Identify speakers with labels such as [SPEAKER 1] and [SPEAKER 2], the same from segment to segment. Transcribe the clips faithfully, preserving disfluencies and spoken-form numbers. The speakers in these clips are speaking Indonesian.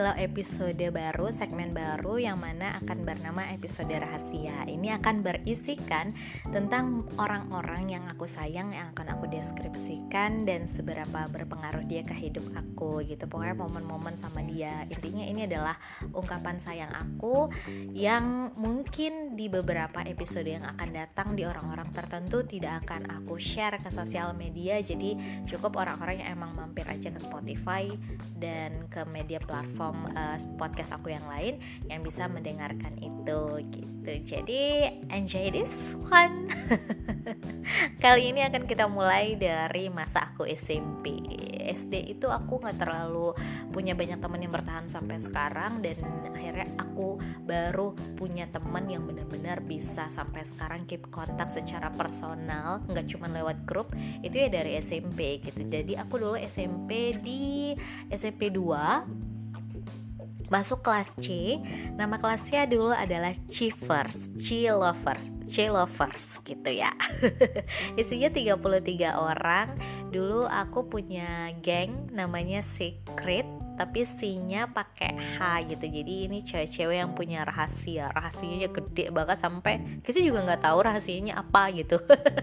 [SPEAKER 1] adalah episode baru, segmen baru yang mana akan bernama episode rahasia. Ini akan berisikan tentang orang-orang yang aku sayang, yang akan aku deskripsikan dan seberapa berpengaruh dia ke hidup aku gitu. Pokoknya momen-momen sama dia. Intinya ini adalah ungkapan sayang aku yang mungkin di beberapa episode yang akan datang di orang-orang tertentu tidak akan aku share ke sosial media. Jadi cukup orang-orang yang emang mampir aja ke Spotify dan ke media platform uh, podcast aku yang lain yang bisa mendengarkan itu gitu. Jadi enjoy this one. Kali ini akan kita mulai dari masa aku S M P. S D itu aku gak terlalu punya banyak teman yang bertahan sampai sekarang, dan akhirnya aku baru punya teman yang benar-benar bisa sampai sekarang keep kontak secara personal, gak cuma lewat grup, itu ya dari S M P gitu. Jadi aku dulu S M P di S M P dua, masuk kelas C. Nama kelasnya dulu adalah Chivers, Chilovers, Chilovers gitu ya. Isinya tiga puluh tiga orang. Dulu aku punya geng namanya Secret, tapi C-nya pakai H gitu. Jadi ini cewek-cewek yang punya rahasia. Rahasianya gede banget sampai kita juga enggak tahu rahasianya apa gitu.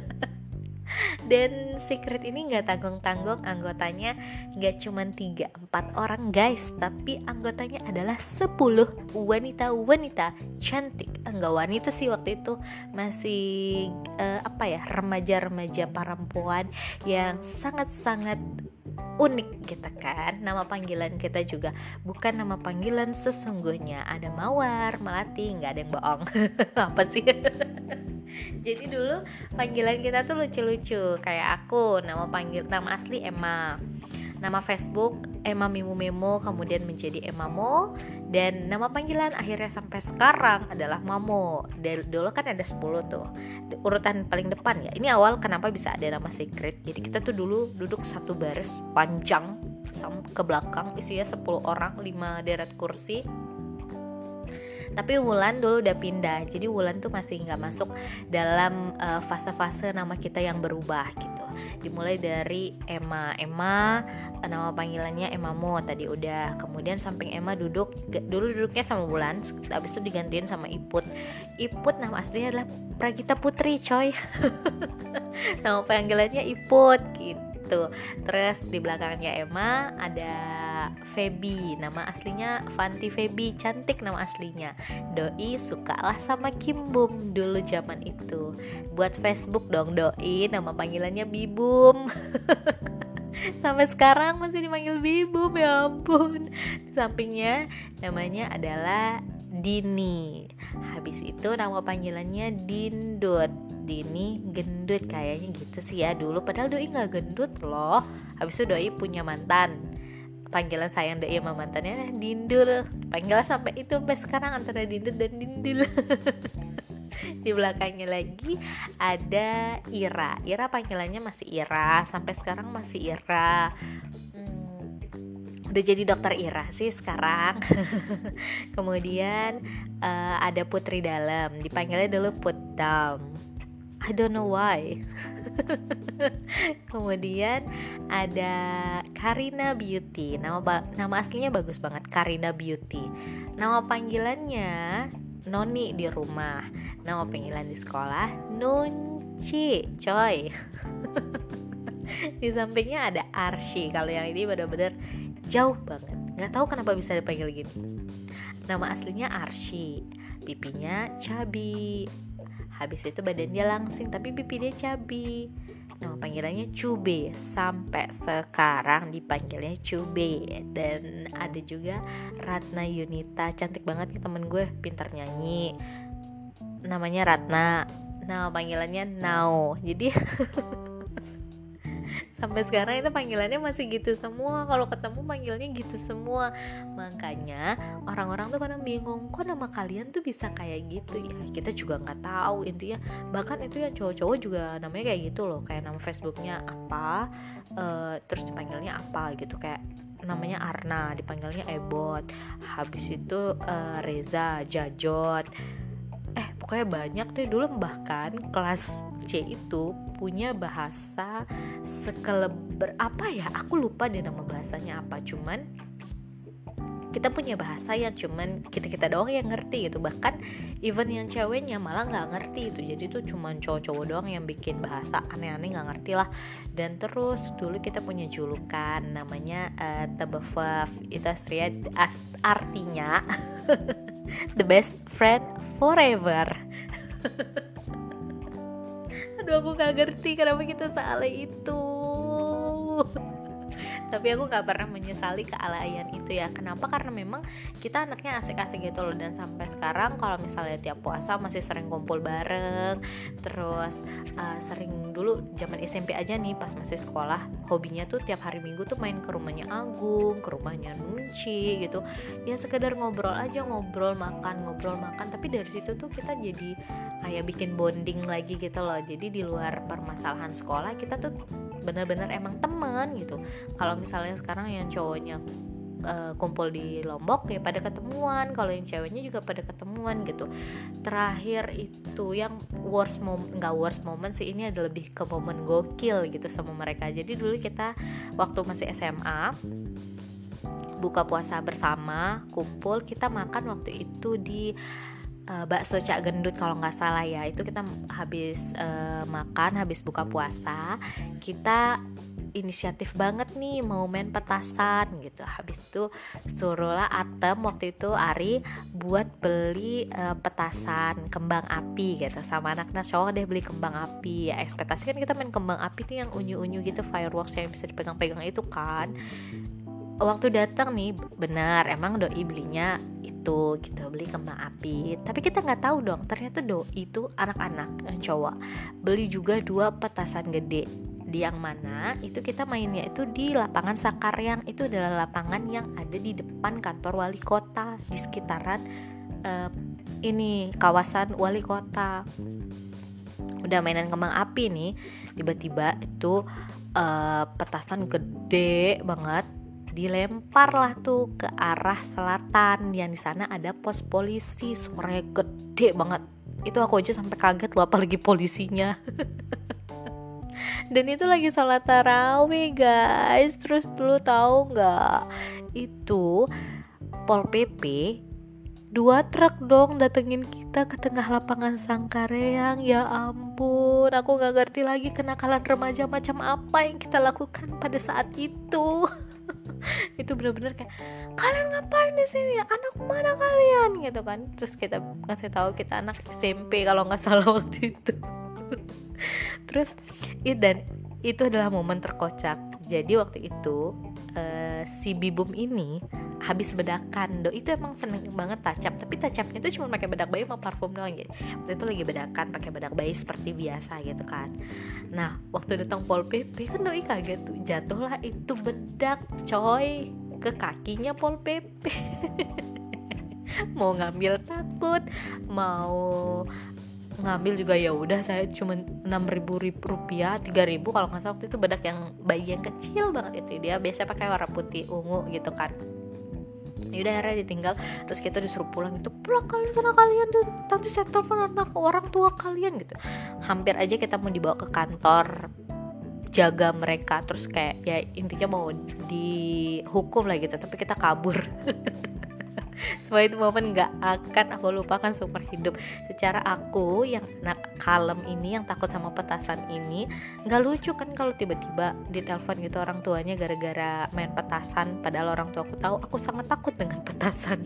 [SPEAKER 1] Dan Secret ini gak tanggung-tanggung, anggotanya gak cuma tiga empat orang guys, tapi anggotanya adalah sepuluh wanita-wanita cantik. Enggak wanita sih, waktu itu masih uh, apa ya, remaja-remaja perempuan yang sangat-sangat unik gitu kan. Nama panggilan kita juga bukan nama panggilan sesungguhnya. Ada Mawar, Melati, gak ada yang bohong. Apa sih? Jadi dulu panggilan kita tuh lucu-lucu. Kayak aku, nama panggil nama asli Emma. Nama Facebook Emma Mimu Memo, kemudian menjadi Emma Mo, dan nama panggilan akhirnya sampai sekarang adalah Mamo. Dari dulu kan ada sepuluh tuh. Urutan paling depan ya. Ini awal kenapa bisa ada nama Secret. Jadi kita tuh dulu duduk satu baris panjang ke belakang, isinya sepuluh orang, lima deret kursi. Tapi Wulan dulu udah pindah, jadi Wulan tuh masih gak masuk dalam uh, fase-fase nama kita yang berubah gitu. Dimulai dari Emma, Emma nama panggilannya Emma Mo tadi udah. Kemudian samping Emma duduk, dulu duduknya sama Wulan, habis itu digantiin sama Iput. Iput nama aslinya adalah Pragita Putri coy. Nama panggilannya Iput gitu. Terus di belakangnya Emma ada Feby, nama aslinya Fanti Feby, cantik nama aslinya. Doi sukalah sama Kim Bum dulu zaman itu. Buat Facebook dong Doi, nama panggilannya Bibum. Sampai sekarang masih dipanggil Bibum, ya ampun. Di sampingnya namanya adalah Dini. Habis itu nama panggilannya Dindut. Dini gendut kayaknya gitu sih ya dulu, padahal Doi gak gendut loh. Habis itu Doi punya mantan, panggilan sayang Doi sama mantannya Dindul. Panggilan sampai itu sampai sekarang antara Dindul dan Dindul. Di belakangnya lagi ada Ira. Ira panggilannya masih Ira, sampai sekarang masih Ira. hmm, Udah jadi dokter Ira sih sekarang. Kemudian uh, ada Putri Dalam, dipanggilnya dulu Putdam, I don't know why. Kemudian ada Karina Beauty. Nama ba- nama aslinya bagus banget, Karina Beauty. Nama panggilannya Noni di rumah. Nama panggilan di sekolah Nunci, coy. Di sampingnya ada Arsy. Kalau yang ini benar-benar jauh banget. Nggak tahu kenapa bisa dipanggil gini. Nama aslinya Arsy. Pipinya cabi. Habis itu badan dia langsing tapi pipi dia cabi. Nama panggilannya Cube, sampai sekarang dipanggilnya Cube. Dan ada juga Ratna Yunita, cantik banget nih temen gue, pintar nyanyi. Namanya Ratna, nama panggilannya Nao. Jadi sampai sekarang itu panggilannya masih gitu semua. Kalau ketemu panggilnya gitu semua. Makanya orang-orang tuh kadang bingung, kok nama kalian tuh bisa kayak gitu ya. Kita juga gak tahu intinya. Bahkan itu yang cowok-cowok juga namanya kayak gitu loh. Kayak nama Facebooknya apa, uh, terus dipanggilnya apa gitu. Kayak namanya Arna, dipanggilnya Ebot. Habis itu uh, Reza, Jajot. Eh pokoknya banyak deh. Dulu bahkan kelas C itu punya bahasa sekeleber apa ya, aku lupa deh nama bahasanya apa, cuman kita punya bahasa yang cuman kita-kita doang yang ngerti gitu. Bahkan even yang ceweknya malah nggak ngerti itu. Jadi tuh cuman cowok-cowok doang yang bikin bahasa aneh-aneh nggak ngerti lah. Dan terus dulu kita punya julukan namanya uh, T B F F. Itu aslinya as, artinya the best friend forever. Aduh, aku nggak ngerti kenapa kita salah itu. Tapi aku gak pernah menyesali kealayan itu ya. Kenapa? Karena memang kita anaknya asik-asik gitu loh. Dan sampai sekarang kalau misalnya tiap puasa masih sering kumpul bareng. Terus uh, sering dulu zaman S M P aja nih, pas masih sekolah, hobinya tuh tiap hari Minggu tuh main ke rumahnya Agung, ke rumahnya Nunci gitu. Ya sekedar ngobrol aja, ngobrol makan, ngobrol makan. Tapi dari situ tuh kita jadi kayak bikin bonding lagi gitu loh. Jadi di luar permasalahan sekolah kita tuh benar-benar emang teman gitu. Kalau misalnya sekarang yang cowoknya uh, kumpul di Lombok ya pada ketemuan, kalau yang ceweknya juga pada ketemuan gitu. Terakhir itu yang worst moment, nggak worst moment sih, ini ada lebih ke momen gokil gitu sama mereka. Jadi dulu kita waktu masih S M A buka puasa bersama, kumpul, kita makan waktu itu di Uh, bakso Cak Gendut kalau nggak salah ya. Itu kita habis uh, makan, habis buka puasa, kita inisiatif banget nih mau main petasan gitu. Habis itu suruhlah Atem waktu itu Ari buat beli uh, petasan kembang api gitu, sama anak-anak cowok deh beli kembang api. Ya ekspektasi kan kita main kembang api tuh yang unyu-unyu gitu, fireworks yang bisa dipegang-pegang itu kan. Waktu datang nih, benar emang doi belinya itu kita beli kembang api, tapi kita nggak tahu dong ternyata doi itu anak-anak yang cowok beli juga dua petasan gede. Di yang mana itu kita mainnya itu di lapangan Sakaryang. Itu adalah lapangan yang ada di depan kantor wali kota, di sekitaran uh, ini kawasan wali kota. Udah mainan kembang api nih, tiba-tiba itu uh, petasan gede banget dilempar lah tuh ke arah selatan, yang di sana ada pos polisi, suaranya gede banget. Itu aku aja sampai kaget loh, apalagi polisinya. Dan itu lagi sholat tarawih guys. Terus dulu tahu nggak, itu Pol P P dua truk dong datengin kita ke tengah lapangan Sangkareang. Ya ampun, aku nggak ngerti lagi kenakalan remaja macam apa yang kita lakukan pada saat itu. Itu benar-benar kayak, kalian ngapain di sini, anak mana kalian gitu kan. Terus kita ngasih tahu kita anak S M P kalau nggak salah waktu itu. Terus dan itu adalah momen terkocak. Jadi waktu itu uh, si Bibum ini habis bedakan. Do itu emang seneng banget tacap, tapi tacapnya itu cuma pakai bedak bayi sama parfum doang gitu. Waktu itu lagi bedakan pakai bedak bayi seperti biasa gitu kan. Nah waktu datang Pol P P kan doi kaget tuh, jatuhlah itu bedak coy ke kakinya Pol P P. Mau ngambil takut, mau ngambil juga ya udah, saya cuma enam ribu rupiah, tiga ribu kalau nggak salah waktu itu, bedak yang bayi yang kecil banget itu, dia biasa pakai warna putih ungu gitu kan. Yaudah akhirnya ditinggal, terus kita disuruh pulang gitu, pulang kalian sana kalian tuh, nanti saya telepon anak orang tua kalian gitu. Hampir aja kita mau dibawa ke kantor jaga mereka, terus kayak ya intinya mau dihukum lah gitu, tapi kita kabur. Semua itu momen gak akan aku lupakan seumur hidup. Secara aku yang anak kalem ini, yang takut sama petasan ini, gak lucu kan kalau tiba-tiba ditelepon gitu orang tuanya gara-gara main petasan, padahal orang tua aku tahu aku sangat takut dengan petasan.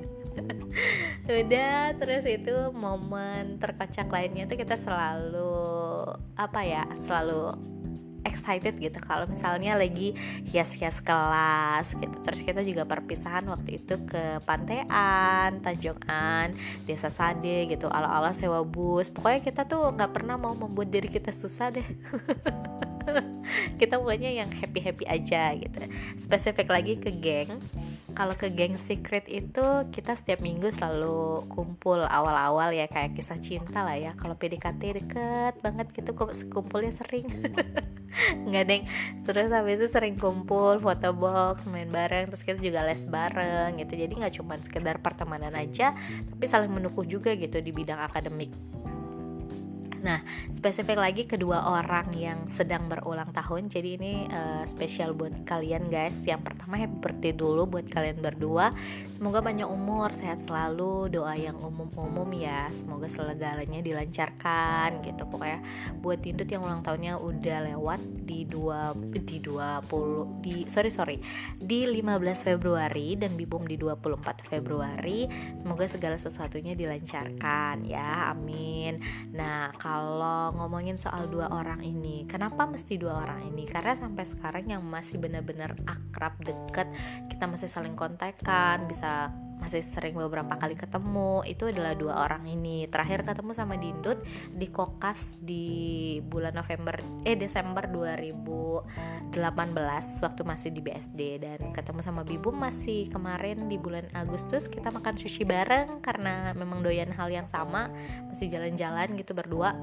[SPEAKER 1] Udah, terus itu momen terkocak lainnya tuh kita selalu apa ya, selalu excited gitu kalau misalnya lagi hias-hias kelas gitu. Terus kita juga perpisahan waktu itu ke Pantean, Tanjungan, Desa Sade gitu, ala-ala sewa bus. Pokoknya kita tuh gak pernah mau membuat diri kita susah deh. Kita pokoknya yang happy-happy aja gitu. Spesifik lagi ke geng, kalau ke geng secret itu kita setiap minggu selalu kumpul awal-awal ya, kayak kisah cinta lah ya. Kalau P D K T deket banget gitu, kumpulnya sering. Nggak deng. Terus habis itu sering kumpul, foto box, main bareng, terus kita juga les bareng gitu. Jadi nggak cuma sekedar pertemanan aja, tapi saling mendukung juga gitu di bidang akademik. Nah, spesifik lagi kedua orang yang sedang berulang tahun. Jadi ini uh, spesial buat kalian guys. Yang pertama happy birthday dulu buat kalian berdua. Semoga panjang umur, sehat selalu. Doa yang umum-umum ya. Semoga segalanya dilancarkan gitu. Pokoknya buat Dindut yang ulang tahunnya udah lewat di dua di dua puluh di sorry sorry di lima belas Februari dan Bibum di dua puluh empat Februari. Semoga segala sesuatunya dilancarkan ya. Amin. Nah, kalau ngomongin soal dua orang ini, kenapa mesti dua orang ini? Karena sampai sekarang yang masih benar-benar akrab, deket, kita masih saling kontekan, bisa masih sering beberapa kali ketemu, itu adalah dua orang ini. Terakhir ketemu sama Dindut di Kokas di bulan November eh Desember dua ribu delapan belas waktu masih di B S D, dan ketemu sama Bibum masih kemarin di bulan Agustus. Kita makan sushi bareng karena memang doyan hal yang sama, masih jalan-jalan gitu berdua.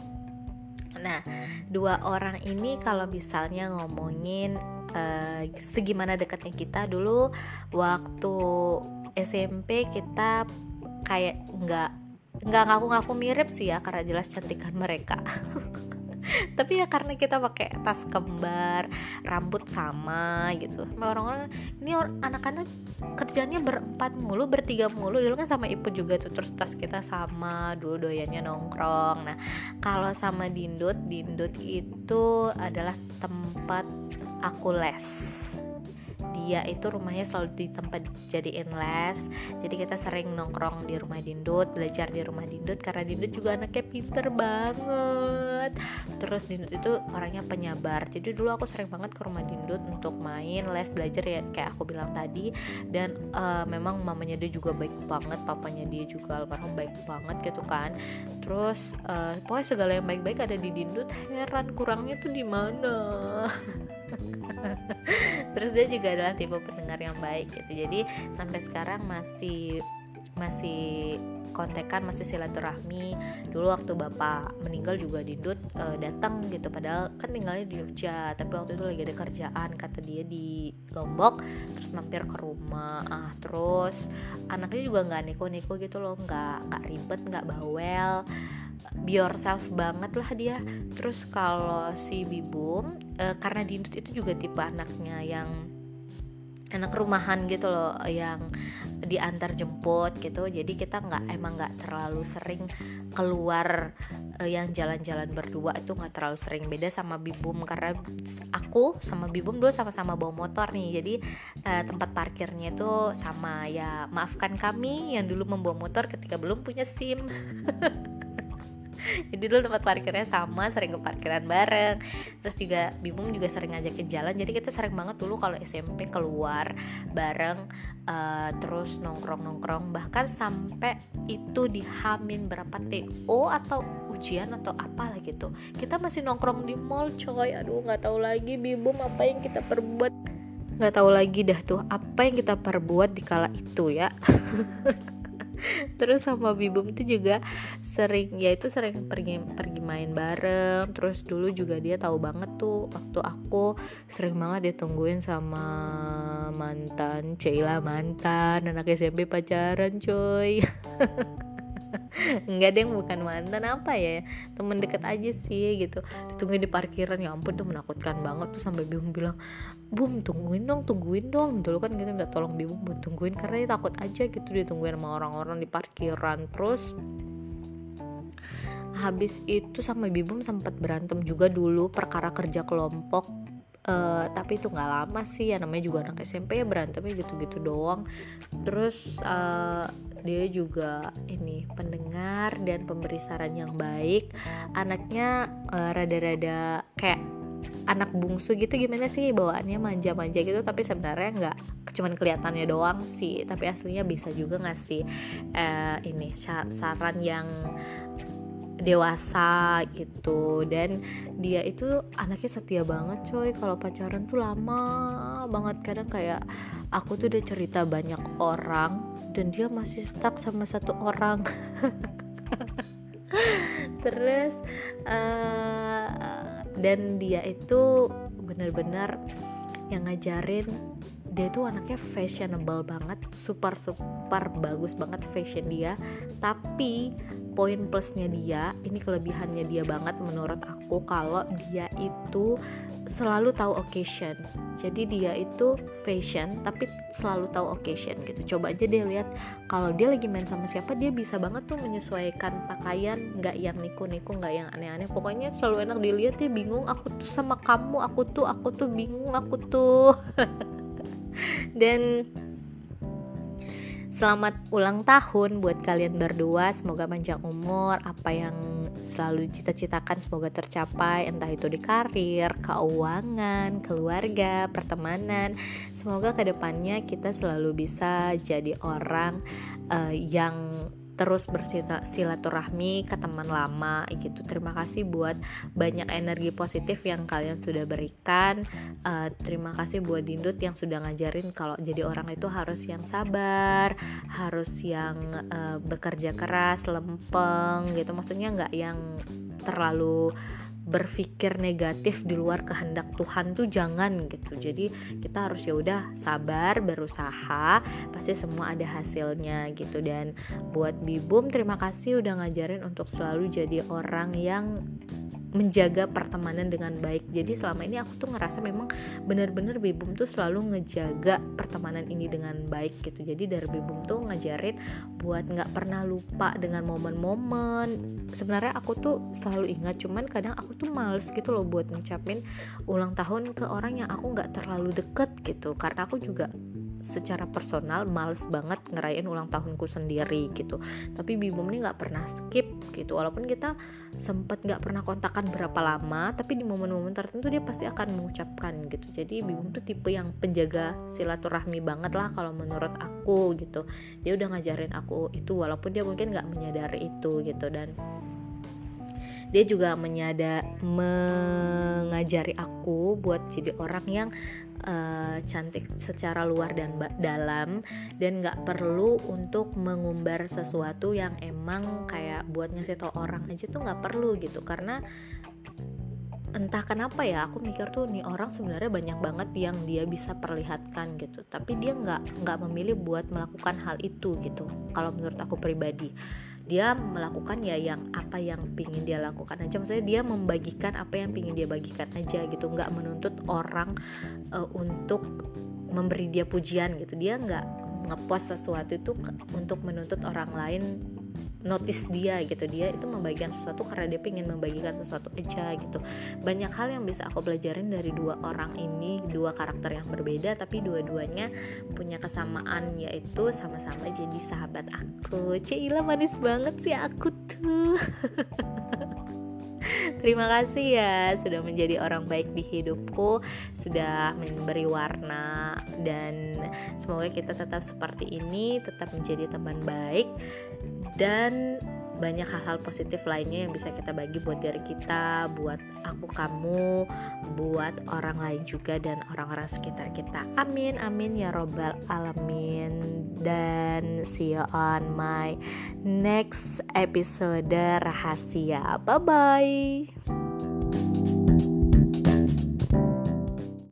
[SPEAKER 1] Nah, dua orang ini kalau misalnya ngomongin uh, segimana dekatnya kita dulu waktu S M P, kita kayak nggak nggak ngaku-ngaku mirip sih ya, karena jelas cantikan mereka. Tapi ya karena kita pakai tas kembar, rambut sama gitu. Orang-orang ini anak-anak kerjanya berempat mulu, bertiga mulu. Dulu kan sama Ipu juga tuh, terus tas kita sama, dulu doyannya nongkrong. Nah, kalau sama Dindut, Dindut itu adalah tempat aku les. Dia itu rumahnya selalu di tempat jadiin les. Jadi kita sering nongkrong di rumah Dindut, belajar di rumah Dindut, karena Dindut juga anaknya pinter banget. Terus Dindut itu orangnya penyabar. Jadi dulu aku sering banget ke rumah Dindut untuk main, les, belajar ya kayak aku bilang tadi. Dan uh, memang mamanya dia juga baik banget, papanya dia juga almarhum baik banget gitu kan. Terus uh, pokoknya segala yang baik-baik ada di Dindut. Heran kurangnya tuh di mana? Terus dia juga adalah tipe pendengar yang baik gitu. Jadi sampai sekarang masih masih kontekan, masih silaturahmi. Dulu waktu bapak meninggal juga Dindut uh, datang gitu, padahal kan tinggalnya di Jogja, tapi waktu itu lagi ada kerjaan kata dia di Lombok, terus mampir ke rumah. Ah, terus anaknya juga nggak neko-neko gitu loh, nggak nggak ribet, nggak bawel, be yourself banget lah dia. Terus kalau si Bibum e, karena Dindut itu juga tipe anaknya yang anak rumahan gitu loh, yang diantar jemput gitu. Jadi kita nggak emang nggak terlalu sering keluar e, yang jalan-jalan berdua itu nggak terlalu sering. Beda sama Bibum, karena aku sama Bibum dulu sama-sama bawa motor nih. Jadi e, tempat parkirnya itu sama ya. Maafkan kami yang dulu membawa motor ketika belum punya SIM. Jadi dulu tempat parkirnya sama, sering ke parkiran bareng. Terus juga Bibum juga sering ngajakin jalan. Jadi kita sering banget dulu kalau S M P keluar bareng, uh, terus nongkrong-nongkrong. Bahkan sampai itu di Hamin berapa T O atau ujian atau apalah gitu, kita masih nongkrong di mall coy. Aduh, nggak tahu lagi Bibum apa yang kita perbuat. Nggak tahu lagi dah tuh apa yang kita perbuat di kala itu ya. Terus sama Bibum itu juga sering, ya itu sering pergi pergi main bareng. Terus dulu juga dia tahu banget tuh waktu aku sering banget ditungguin sama mantan, Cila mantan, anak S M P pacaran coy. Enggak deh, bukan mantan, apa ya, temen deket aja sih gitu. Ditungguin di parkiran, ya ampun tuh menakutkan banget tuh, sampai Bibum bilang, Bum tungguin dong, tungguin dong. Dulu kan kita minta tolong Bibum buat tungguin karena dia takut aja gitu ditungguin sama orang-orang di parkiran. Terus habis itu sama Bibum sempat berantem juga dulu perkara kerja kelompok. Uh, tapi itu nggak lama sih ya, namanya juga anak S M P ya, berantemnya gitu-gitu doang. Terus uh, dia juga ini pendengar dan pemberi saran yang baik. Anaknya uh, rada-rada kayak anak bungsu gitu, gimana sih bawaannya, manja-manja gitu, tapi sebenarnya nggak, cuman kelihatannya doang sih, tapi aslinya bisa juga ngasih uh, ini saran yang dewasa gitu. Dan dia itu anaknya setia banget coy, kalau pacaran tuh lama banget. Kadang kayak aku tuh udah cerita banyak orang dan dia masih stuck sama satu orang. Terus uh, dan dia itu benar-benar yang ngajarin dia itu anaknya fashionable banget, super super bagus banget fashion dia. Tapi poin plusnya dia, ini kelebihannya dia banget menurut aku, kalau dia itu selalu tahu occasion. Jadi dia itu fashion tapi selalu tahu occasion gitu. Coba aja deh lihat, kalau dia lagi main sama siapa, dia bisa banget tuh menyesuaikan pakaian, nggak yang niku-niku, nggak yang aneh-aneh. Pokoknya selalu enak dilihat. Dia bingung, aku tuh sama kamu, aku tuh aku tuh bingung, aku tuh. Dan selamat ulang tahun buat kalian berdua. Semoga panjang umur, apa yang selalu cita-citakan semoga tercapai, entah itu di karir, keuangan, keluarga, pertemanan. Semoga kedepannya kita selalu bisa jadi orang uh, yang terus bersilaturahmi ke teman lama gitu. Terima kasih buat banyak energi positif yang kalian sudah berikan. Uh, terima kasih buat Dindut yang sudah ngajarin kalau jadi orang itu harus yang sabar, harus yang uh, bekerja keras, lempeng gitu. Maksudnya nggak yang terlalu berpikir negatif di luar kehendak Tuhan tuh jangan gitu. Jadi kita harus ya udah sabar, berusaha, pasti semua ada hasilnya gitu. Dan buat Bibum, terima kasih udah ngajarin untuk selalu jadi orang yang menjaga pertemanan dengan baik. Jadi selama ini aku tuh ngerasa memang benar-benar Bibum tuh selalu ngejaga pertemanan ini dengan baik gitu. Jadi dari Bibum tuh ngajarin buat nggak pernah lupa dengan momen-momen. Sebenarnya aku tuh selalu ingat, cuman kadang aku tuh males gitu loh buat ngucapin ulang tahun ke orang yang aku nggak terlalu deket gitu, karena aku juga secara personal males banget ngerayain ulang tahunku sendiri gitu. Tapi Bibum nih nggak pernah skip gitu, walaupun kita sempet nggak pernah kontakan berapa lama, tapi di momen-momen tertentu dia pasti akan mengucapkan gitu. Jadi Bibum tuh tipe yang penjaga silaturahmi banget lah kalau menurut aku gitu. Dia udah ngajarin aku itu walaupun dia mungkin nggak menyadari itu gitu. Dan dia juga menyada mengajari aku buat jadi orang yang Uh, cantik secara luar dan ba- dalam, dan nggak perlu untuk mengumbar sesuatu yang emang kayak buat ngasih tau orang aja tuh nggak perlu gitu. Karena entah kenapa ya, aku mikir tuh nih orang sebenarnya banyak banget yang dia bisa perlihatkan gitu, tapi dia nggak nggak memilih buat melakukan hal itu gitu. Kalau menurut aku pribadi, dia melakukan ya yang apa yang pingin dia lakukan aja. Maksudnya dia membagikan apa yang pingin dia bagikan aja gitu, nggak menuntut orang uh, untuk memberi dia pujian gitu. Dia nggak ngepost sesuatu itu ke, untuk menuntut orang lain notice dia gitu. Dia itu membagikan sesuatu karena dia pengen membagikan sesuatu aja gitu. Banyak hal yang bisa aku pelajarin dari dua orang ini, dua karakter yang berbeda tapi dua-duanya punya kesamaan, yaitu sama-sama jadi sahabat aku. Cila manis banget sih aku tuh. Terima kasih ya sudah menjadi orang baik di hidupku, sudah memberi warna, dan semoga kita tetap seperti ini, tetap menjadi teman baik, dan banyak hal-hal positif lainnya yang bisa kita bagi buat diri kita, buat aku, kamu, buat orang lain juga, dan orang-orang sekitar kita. Amin, amin ya robbal alamin. Dan see you on my next episode rahasia. Bye-bye.